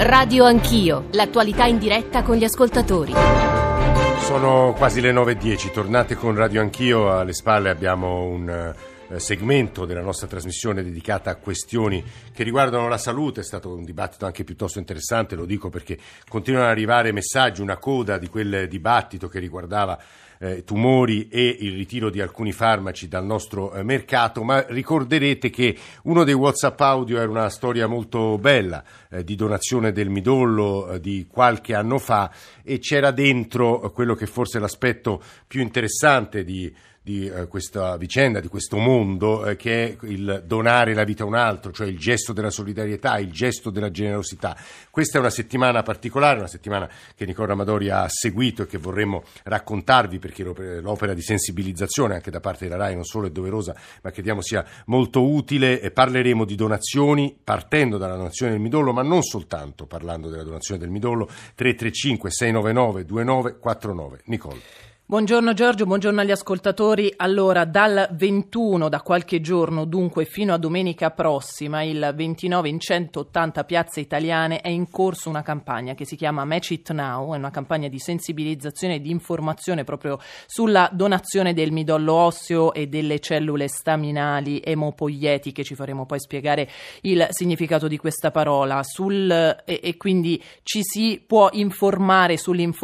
Radio Anch'io, l'attualità in diretta con gli ascoltatori. Sono quasi le 9:10, tornate con Radio Anch'io, alle spalle abbiamo un segmento della nostra trasmissione dedicata a questioni che riguardano la salute. È stato un dibattito anche piuttosto interessante, lo dico perché continuano ad arrivare messaggi, una coda di quel dibattito che riguardava tumori e il ritiro di alcuni farmaci dal nostro mercato, ma ricorderete che uno dei WhatsApp audio era una storia molto bella di donazione del midollo di qualche anno fa, e c'era dentro quello che forse è l'aspetto più interessante di questa vicenda, di questo mondo, che è il donare la vita a un altro, cioè il gesto della solidarietà, il gesto della generosità. Questa è una settimana particolare, una settimana che Nicola Amadori ha seguito e che vorremmo raccontarvi, perché l'opera di sensibilizzazione anche da parte della RAI non solo è doverosa, ma crediamo sia molto utile. E parleremo di donazioni partendo dalla donazione del midollo, ma non soltanto parlando della donazione del midollo. 335 699 2949. Nicole. Buongiorno Giorgio, buongiorno agli ascoltatori. Allora, dal 21, da qualche giorno dunque, fino a domenica prossima, il 29, in 180 piazze italiane è in corso una campagna che si chiama Match It Now, è una campagna di sensibilizzazione e di informazione proprio sulla donazione del midollo osseo e delle cellule staminali emopoietiche. Ci faremo poi spiegare il significato di questa parola, e quindi ci si può informare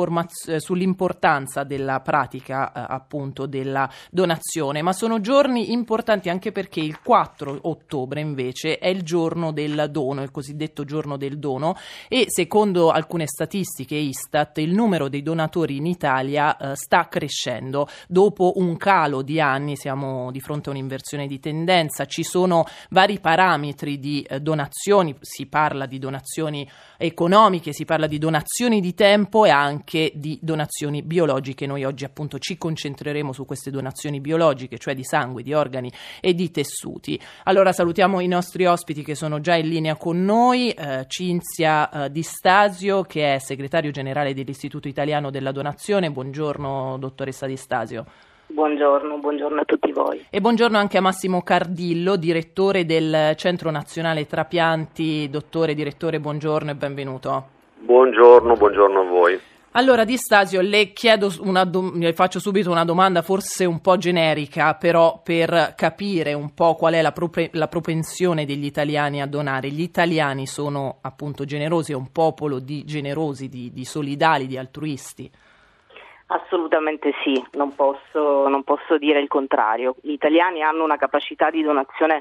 sull'importanza della pratica appunto della donazione, ma sono giorni importanti anche perché il 4 ottobre invece è il giorno del dono, il cosiddetto giorno del dono, e secondo alcune statistiche Istat il numero dei donatori in Italia sta crescendo. Dopo un calo di anni siamo di fronte a un'inversione di tendenza, ci sono vari parametri di donazioni, si parla di donazioni economiche, si parla di donazioni di tempo e anche di donazioni biologiche. Noi oggi appunto ci concentreremo su queste donazioni biologiche, cioè di sangue, di organi e di tessuti. Allora salutiamo i nostri ospiti che sono già in linea con noi. Cinzia Di Stasio, che è segretario generale dell'Istituto Italiano della Donazione. Buongiorno dottoressa Di Stasio. Buongiorno a tutti voi. E buongiorno anche a Massimo Cardillo, direttore del Centro Nazionale Trapianti. Dottore, direttore, buongiorno e benvenuto. Buongiorno a voi. Allora, Di Stasio, le faccio subito una domanda forse un po' generica, però per capire un po' qual è la propensione degli italiani a donare. Gli italiani sono appunto generosi, è un popolo di generosi, di solidali, di altruisti? Assolutamente sì, non posso dire il contrario. Gli italiani hanno una capacità di donazione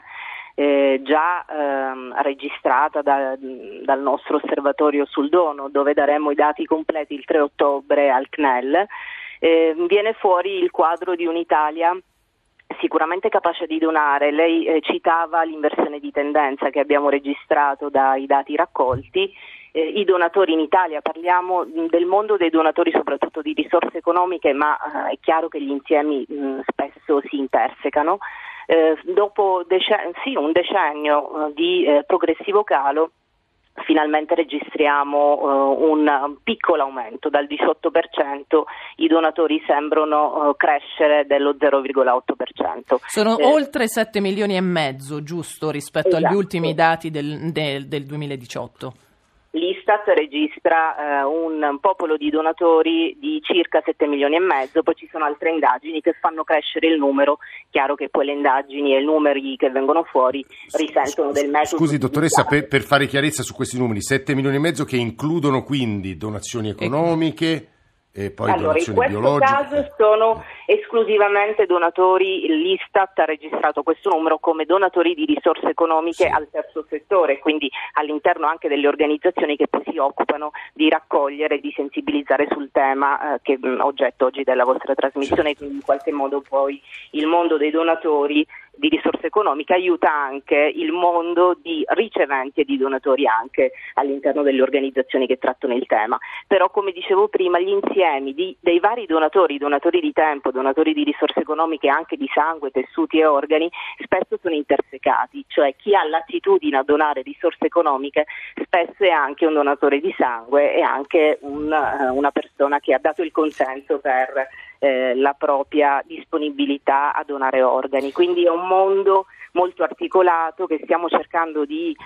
già registrata dal nostro osservatorio sul dono, dove daremo i dati completi il 3 ottobre al CNEL. Viene fuori il quadro di un'Italia sicuramente capace di donare. Lei citava l'inversione di tendenza che abbiamo registrato dai dati raccolti. I donatori in Italia, parliamo del mondo dei donatori soprattutto di risorse economiche, ma è chiaro che gli insiemi spesso si intersecano. Dopo un decennio di progressivo calo, finalmente registriamo un piccolo aumento, dal 18% i donatori sembrano crescere dello 0,8%. Sono oltre 7 milioni e mezzo, giusto, rispetto agli ultimi dati del 2018. L'Istat registra un popolo di donatori di circa 7 milioni e mezzo, poi ci sono altre indagini che fanno crescere il numero. Chiaro che poi le indagini e i numeri che vengono fuori risentono del metodo. Scusi dottoressa, per fare chiarezza su questi numeri, 7 milioni e mezzo che includono quindi donazioni economiche e poi donazioni biologiche. In questo caso sono esclusivamente donatori. L'Istat ha registrato questo numero come donatori di risorse economiche al terzo settore, quindi all'interno anche delle organizzazioni che poi si occupano di raccogliere e di sensibilizzare sul tema che è oggetto oggi della vostra trasmissione. Quindi in qualche modo poi il mondo dei donatori di risorse economiche aiuta anche il mondo di riceventi e di donatori anche all'interno delle organizzazioni che trattano il tema. Però, come dicevo prima, gli insiemi dei vari donatori di tempo, donatori di risorse economiche, anche di sangue, tessuti e organi, spesso sono intersecati, cioè chi ha l'attitudine a donare risorse economiche spesso è anche un donatore di sangue e anche una persona che ha dato il consenso per la propria disponibilità a donare organi. Quindi è un mondo molto articolato che stiamo cercando di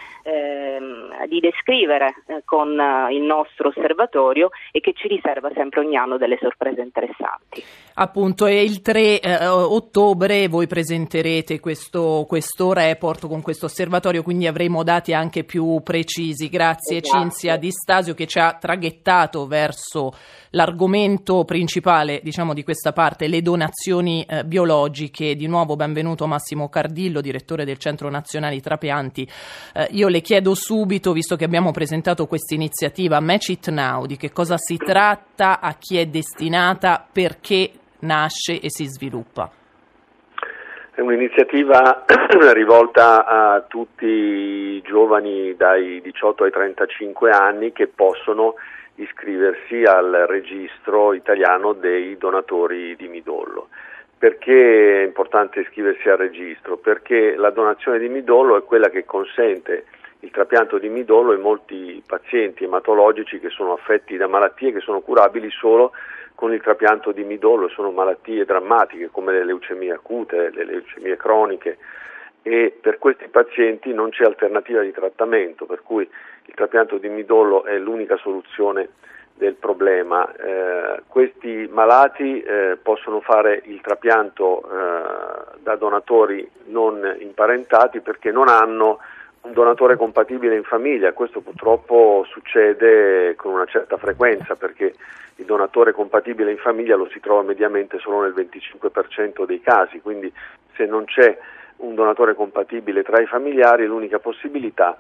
descrivere con il nostro osservatorio e che ci riserva sempre ogni anno delle sorprese interessanti. Appunto, e il 3 ottobre voi presenterete questo report con questo osservatorio, quindi avremo dati anche più precisi. Grazie. Esatto. Cinzia Di Stasio, che ci ha traghettato verso l'argomento principale, diciamo, di questa parte, le donazioni biologiche. Di nuovo benvenuto Massimo Cardillo, direttore del Centro Nazionale Trapianti. Io le chiedo subito, visto che abbiamo presentato questa iniziativa Match It Now, di che cosa si tratta, a chi è destinata, perché nasce e si sviluppa. È un'iniziativa rivolta a tutti i giovani dai 18 ai 35 anni che possono iscriversi al registro italiano dei donatori di midollo. Perché è importante iscriversi al registro? Perché la donazione di midollo è quella che consente il trapianto di midollo in molti pazienti ematologici che sono affetti da malattie che sono curabili solo con il trapianto di midollo. Sono malattie drammatiche come le leucemie acute, le leucemie croniche, e per questi pazienti non c'è alternativa di trattamento, per cui il trapianto di midollo è l'unica soluzione del problema. Questi malati possono fare il trapianto da donatori non imparentati perché non hanno un donatore compatibile in famiglia. Questo purtroppo succede con una certa frequenza, perché il donatore compatibile in famiglia lo si trova mediamente solo nel 25% dei casi, quindi se non c'è un donatore compatibile tra i familiari l'unica possibilità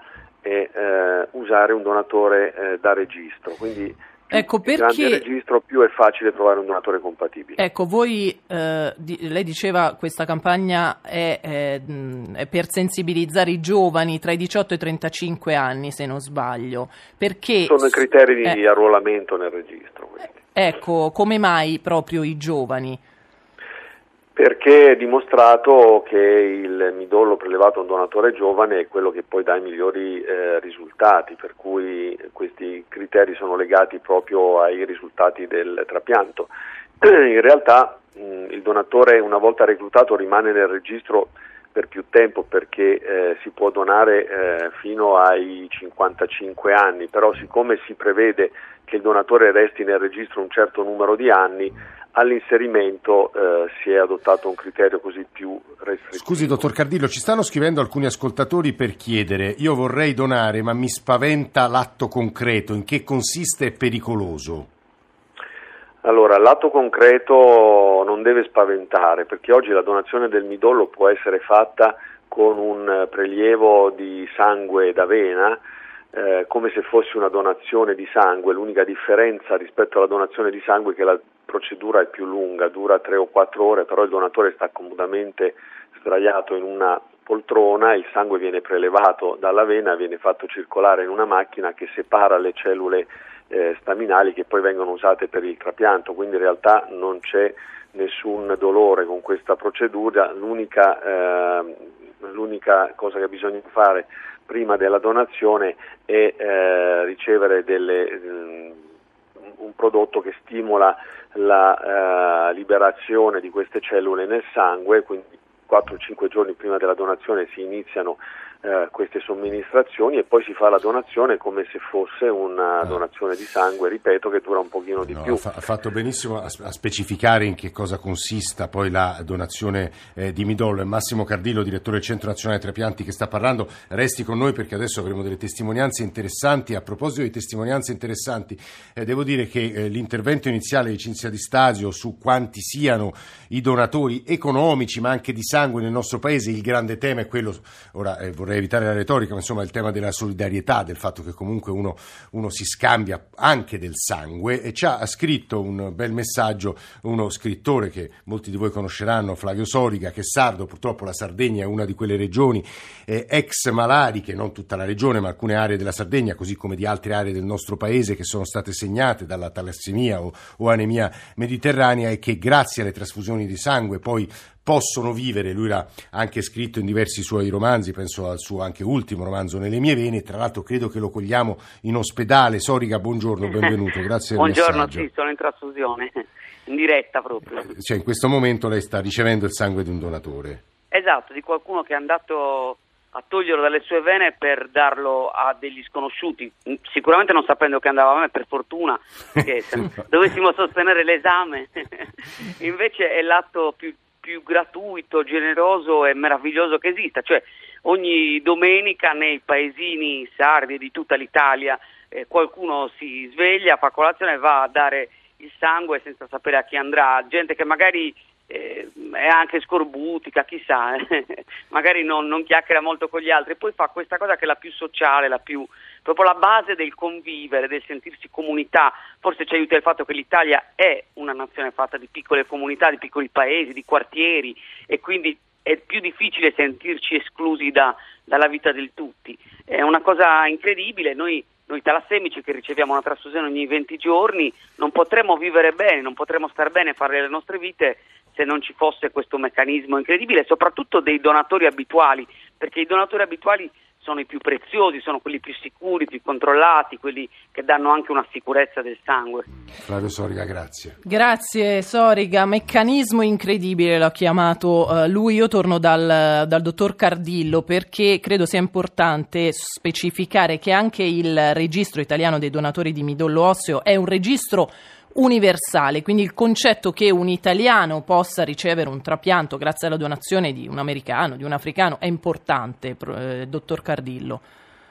è usare un donatore da registro. Quindi ecco, più perché grande il registro, più è facile trovare un donatore compatibile. Ecco, voi, lei diceva, questa campagna è per sensibilizzare i giovani tra i 18 e i 35 anni, se non sbaglio. Perché sono i criteri di arruolamento nel registro. Ecco, come mai proprio i giovani? Perché è dimostrato che il midollo prelevato a un donatore giovane è quello che poi dà i migliori risultati, per cui questi criteri sono legati proprio ai risultati del trapianto. In realtà il donatore, una volta reclutato, rimane nel registro per più tempo, perché si può donare fino ai 55 anni, però siccome si prevede che il donatore resti nel registro un certo numero di anni, all'inserimento si è adottato un criterio così più restrittivo. Scusi, dottor Cardillo, ci stanno scrivendo alcuni ascoltatori per chiedere: io vorrei donare ma mi spaventa l'atto concreto, in che consiste, è pericoloso? Allora, l'atto concreto non deve spaventare, perché oggi la donazione del midollo può essere fatta con un prelievo di sangue da vena, come se fosse una donazione di sangue. L'unica differenza rispetto alla donazione di sangue è che la procedura è più lunga, dura 3 o 4 ore, però il donatore sta comodamente sdraiato in una poltrona, il sangue viene prelevato dalla vena, viene fatto circolare in una macchina che separa le cellule staminali che poi vengono usate per il trapianto, quindi in realtà non c'è nessun dolore con questa procedura. L'unica cosa che bisogna fare prima della donazione è ricevere un prodotto che stimola la liberazione di queste cellule nel sangue, quindi 4-5 giorni prima della donazione si iniziano queste somministrazioni e poi si fa la donazione come se fosse una donazione di sangue, ripeto, che dura un pochino di più. Ha fatto benissimo a specificare in che cosa consista poi la donazione di midollo. È Massimo Cardillo, direttore del Centro Nazionale Trapianti, che sta parlando. Resti con noi perché adesso avremo delle testimonianze interessanti. A proposito di testimonianze interessanti, devo dire che l'intervento iniziale di Cinzia Di Stasio su quanti siano i donatori economici ma anche di sangue nel nostro paese, il grande tema è quello, ora vorrei evitare la retorica, ma insomma il tema della solidarietà, del fatto che comunque uno si scambia anche del sangue, e ci ha scritto un bel messaggio uno scrittore che molti di voi conosceranno, Flavio Soriga, che è sardo. Purtroppo la Sardegna è una di quelle regioni ex malariche, non tutta la regione ma alcune aree della Sardegna, così come di altre aree del nostro paese, che sono state segnate dalla talassemia o anemia mediterranea, e che grazie alle trasfusioni di sangue poi possono vivere. Lui l'ha anche scritto in diversi suoi romanzi, penso al suo anche ultimo romanzo Nelle mie vene. Tra l'altro credo che lo cogliamo in ospedale. Soriga, buongiorno, benvenuto, grazie del messaggio. Buongiorno, sì, sono in trasfusione, in diretta proprio. Cioè, in questo momento lei sta ricevendo il sangue di un donatore. Esatto, di qualcuno che è andato a toglierlo dalle sue vene per darlo a degli sconosciuti, sicuramente non sapendo che andava a me, per fortuna, che se dovessimo sostenere l'esame. Invece è l'atto più gratuito, generoso e meraviglioso che esista. Cioè, ogni domenica nei paesini sardi di tutta l'Italia qualcuno si sveglia, fa colazione e va a dare il sangue senza sapere a chi andrà, gente che magari è anche scorbutica, chissà, magari non chiacchiera molto con gli altri, poi fa questa cosa che è la più sociale, proprio la base del convivere, del sentirsi comunità. Forse ci aiuta il fatto che l'Italia è una nazione fatta di piccole comunità, di piccoli paesi, di quartieri, e quindi è più difficile sentirci esclusi dalla vita del tutti. È una cosa incredibile. Noi talassemici che riceviamo una trasfusione ogni 20 giorni non potremmo vivere bene, non potremmo star bene, fare le nostre vite se non ci fosse questo meccanismo incredibile, soprattutto dei donatori abituali, perché i donatori abituali sono i più preziosi, sono quelli più sicuri, più controllati, quelli che danno anche una sicurezza del sangue. Flavio Soriga, grazie. Grazie Soriga, meccanismo incredibile l'ha chiamato lui. Io torno dal dottor Cardillo, perché credo sia importante specificare che anche il registro italiano dei donatori di midollo osseo è un registro universale, quindi il concetto che un italiano possa ricevere un trapianto grazie alla donazione di un americano, di un africano, è importante, dottor Cardillo.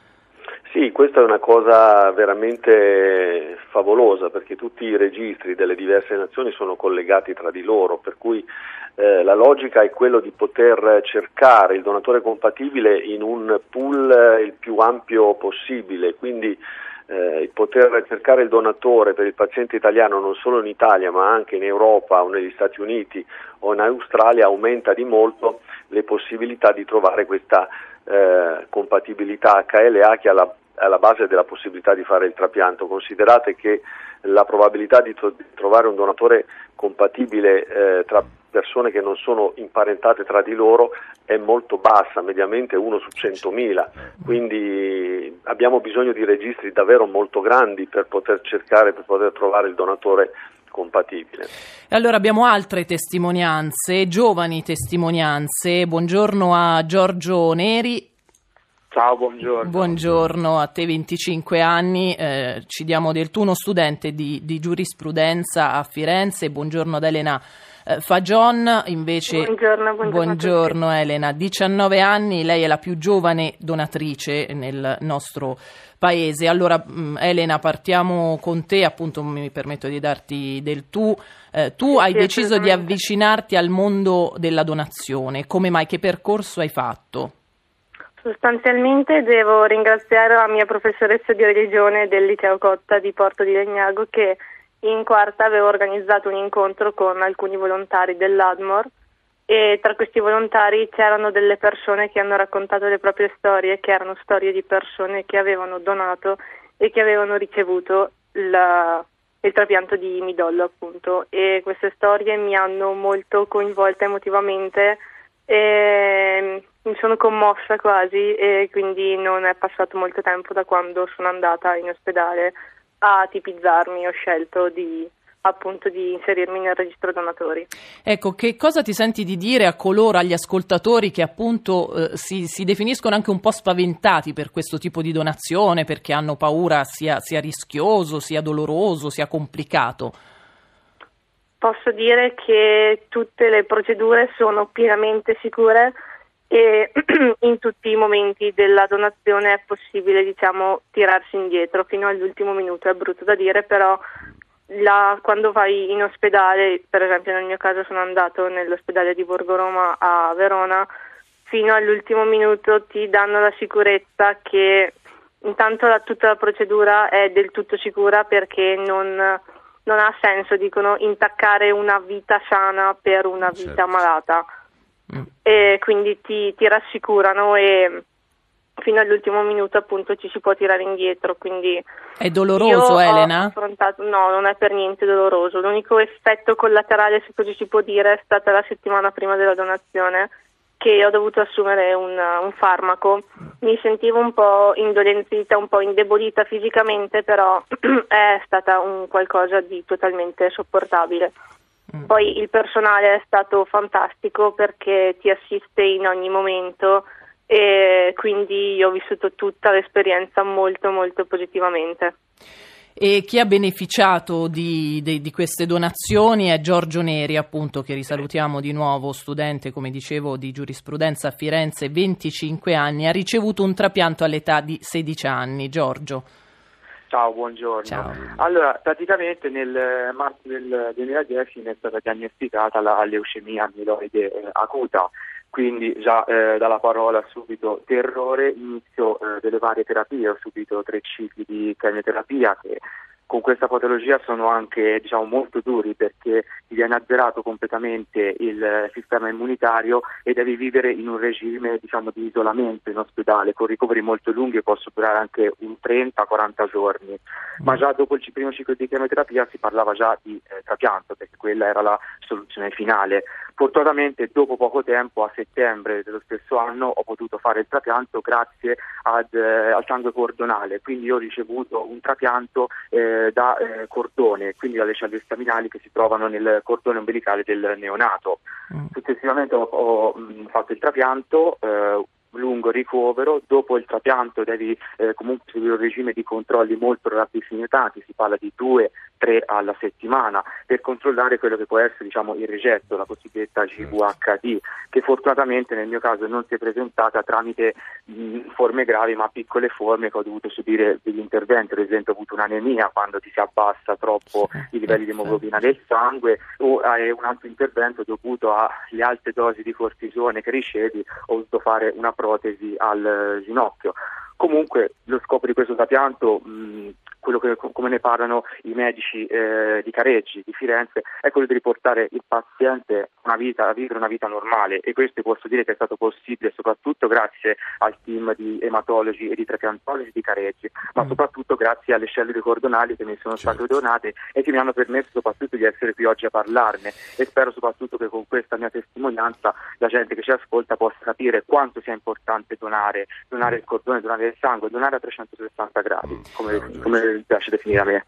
Sì, questa è una cosa veramente favolosa, perché tutti i registri delle diverse nazioni sono collegati tra di loro, per cui la logica è quello di poter cercare il donatore compatibile in un pool il più ampio possibile, quindi il poter cercare il donatore per il paziente italiano non solo in Italia ma anche in Europa o negli Stati Uniti o in Australia aumenta di molto le possibilità di trovare questa compatibilità HLA che è alla base della possibilità di fare il trapianto. Considerate che la probabilità di trovare un donatore compatibile tra persone che non sono imparentate tra di loro è molto bassa, mediamente 1 su 100.000, quindi abbiamo bisogno di registri davvero molto grandi per poter trovare il donatore compatibile. Allora abbiamo altre testimonianze, giovani testimonianze. Buongiorno a Giorgio Neri. Ciao, buongiorno. Buongiorno, a te 25 anni, ci diamo del tu, uno studente di giurisprudenza a Firenze. Buongiorno ad Elena Fagion, invece. Buongiorno Elena, 19 anni, lei è la più giovane donatrice nel nostro paese. Allora Elena, partiamo con te, appunto mi permetto di darti del tu. Tu hai deciso di avvicinarti al mondo della donazione, come mai, che percorso hai fatto? Sostanzialmente devo ringraziare la mia professoressa di religione del liceo Cotta di Porto di Legnago, che in quarta avevo organizzato un incontro con alcuni volontari dell'ADMOR, e tra questi volontari c'erano delle persone che hanno raccontato le proprie storie, che erano storie di persone che avevano donato e che avevano ricevuto il trapianto di midollo, appunto, e queste storie mi hanno molto coinvolta emotivamente e mi sono commossa quasi, e quindi non è passato molto tempo da quando sono andata in ospedale a tipizzarmi. Ho scelto di inserirmi nel registro donatori. Ecco, che cosa ti senti di dire a coloro, agli ascoltatori che appunto si definiscono anche un po' spaventati per questo tipo di donazione, perché hanno paura sia rischioso, sia doloroso, sia complicato? Posso dire che tutte le procedure sono pienamente sicure e in tutti i momenti della donazione è possibile, tirarsi indietro fino all'ultimo minuto. È brutto da dire, però quando vai in ospedale, per esempio nel mio caso sono andato nell'ospedale di Borgo Roma a Verona, fino all'ultimo minuto ti danno la sicurezza che intanto tutta la procedura è del tutto sicura, perché non ha senso, dicono, intaccare una vita sana per una vita malata. E quindi ti rassicurano, e fino all'ultimo minuto appunto ci si può tirare indietro, quindi è doloroso, Elena? No, non è per niente doloroso. L'unico effetto collaterale, se così si può dire, è stata la settimana prima della donazione, che ho dovuto assumere un farmaco. Mi sentivo un po' indolenzita, un po' indebolita fisicamente, però è stata un qualcosa di totalmente sopportabile. Poi il personale è stato fantastico perché ti assiste in ogni momento e quindi io ho vissuto tutta l'esperienza molto molto positivamente. E chi ha beneficiato di queste donazioni è Giorgio Neri, appunto, che risalutiamo di nuovo, studente, come dicevo, di giurisprudenza a Firenze, 25 anni, ha ricevuto un trapianto all'età di 16 anni. Giorgio. Ciao, buongiorno. Ciao. Allora, praticamente nel marzo del 2010 mi è stata diagnosticata la leucemia amiloide acuta, quindi già dalla parola subito terrore, inizio delle varie terapie, ho subito 3 cicli di chemioterapia che con questa patologia sono anche molto duri perché ti viene azzerato completamente il sistema immunitario e devi vivere in un regime di isolamento in ospedale con ricoveri molto lunghi e possono durare anche un 30-40 giorni. Ma già dopo il primo ciclo di chemioterapia si parlava già di trapianto perché quella era la soluzione finale. Fortunatamente dopo poco tempo, a settembre dello stesso anno, ho potuto fare il trapianto grazie al sangue cordonale, quindi io ho ricevuto un trapianto da cordone, quindi dalle cellule staminali che si trovano nel cordone ombelicale del neonato. Successivamente ho fatto il trapianto, lungo ricovero. Dopo il trapianto devi comunque seguire un regime di controlli molto ravvicinati, si parla di 2-3 alla settimana, per controllare quello che può essere il rigetto, la cosiddetta GVHD, che fortunatamente nel mio caso non si è presentata tramite forme gravi, ma piccole forme che ho dovuto subire degli interventi. Ad esempio ho avuto un'anemia quando ti si abbassa troppo i livelli di emoglobina del sangue, o un altro intervento dovuto alle alte dosi di cortisone che ricevi, ho dovuto fare una protesi al ginocchio. Comunque lo scopo di questo trapianto, quello che come ne parlano i medici di Careggi, di Firenze, è quello di riportare il paziente a vivere una vita normale, e questo posso dire che è stato possibile soprattutto grazie al team di ematologi e di trapiantologi di Careggi, ma soprattutto grazie alle cellule cordonali che mi sono state donate e che mi hanno permesso soprattutto di essere qui oggi a parlarne, e spero soprattutto che con questa mia testimonianza la gente che ci ascolta possa capire quanto sia importante donare il cordone, donare il sangue, donare a 360 gradi, come piace definire a me.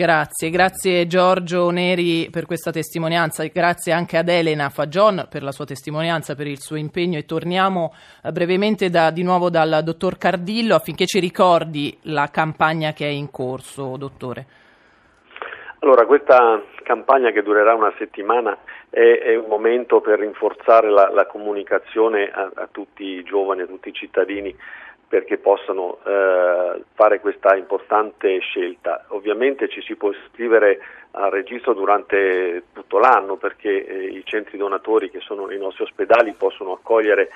Grazie Giorgio Neri per questa testimonianza, e grazie anche ad Elena Fagion per la sua testimonianza, per il suo impegno, e torniamo brevemente di nuovo dal dottor Cardillo affinché ci ricordi la campagna che è in corso, dottore. Allora, questa campagna, che durerà una settimana, è un momento per rinforzare la comunicazione a tutti i giovani, a tutti i cittadini, perché possano fare questa importante scelta. Ovviamente ci si può iscrivere al registro durante tutto l'anno, perché i centri donatori che sono nei nostri ospedali possono accogliere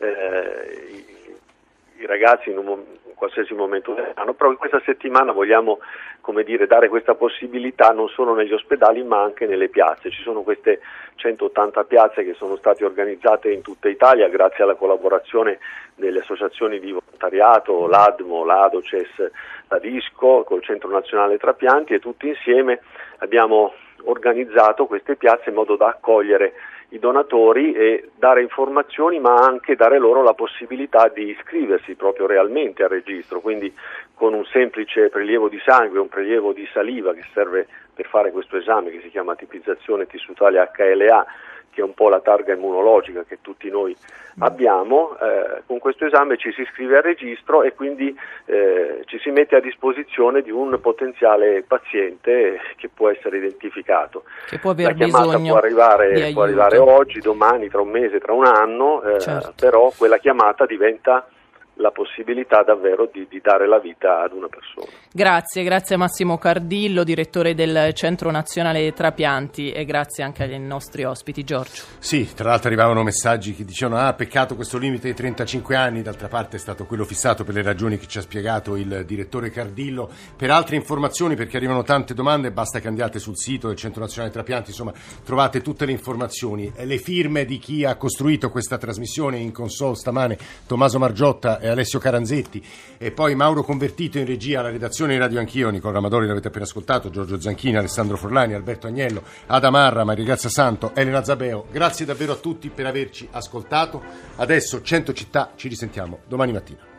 i ragazzi in qualsiasi momento dell'anno, però in questa settimana vogliamo dare questa possibilità non solo negli ospedali ma anche nelle piazze. Ci sono queste 180 piazze che sono state organizzate in tutta Italia grazie alla collaborazione delle associazioni di volontariato, l'ADMO, l'ADOCES, la DISCO, col Centro Nazionale Trapianti, e tutti insieme abbiamo organizzato queste piazze in modo da accogliere i donatori e dare informazioni, ma anche dare loro la possibilità di iscriversi proprio realmente al registro, quindi con un semplice prelievo di sangue, un prelievo di saliva che serve per fare questo esame che si chiama tipizzazione tissutale HLA, che è un po' la targa immunologica che tutti noi abbiamo. Con questo esame ci si iscrive al registro e quindi ci si mette a disposizione di un potenziale paziente che può essere identificato. Che può aver la chiamata bisogno può arrivare oggi, domani, tra un mese, tra un anno, certo. Però quella chiamata diventa la possibilità davvero di dare la vita ad una persona. Grazie a Massimo Cardillo, direttore del Centro Nazionale Trapianti, e grazie anche ai nostri ospiti. Giorgio. Sì, tra l'altro arrivavano messaggi che dicevano peccato questo limite di 35 anni, d'altra parte è stato quello fissato per le ragioni che ci ha spiegato il direttore Cardillo. Per altre informazioni, perché arrivano tante domande, basta che andiate sul sito del Centro Nazionale Trapianti, insomma trovate tutte le informazioni. Le firme di chi ha costruito questa trasmissione in console stamane, Tommaso Margiotta e Alessio Caranzetti, e poi Mauro Convertito in regia, alla redazione di Radio Anch'io, Nicola Amadori l'avete appena ascoltato, Giorgio Zanchini, Alessandro Forlani, Alberto Agnello, Ada Marra, Maria Grazia Santo, Elena Zabeo. Grazie davvero a tutti per averci ascoltato. Adesso 100 città, ci risentiamo domani mattina.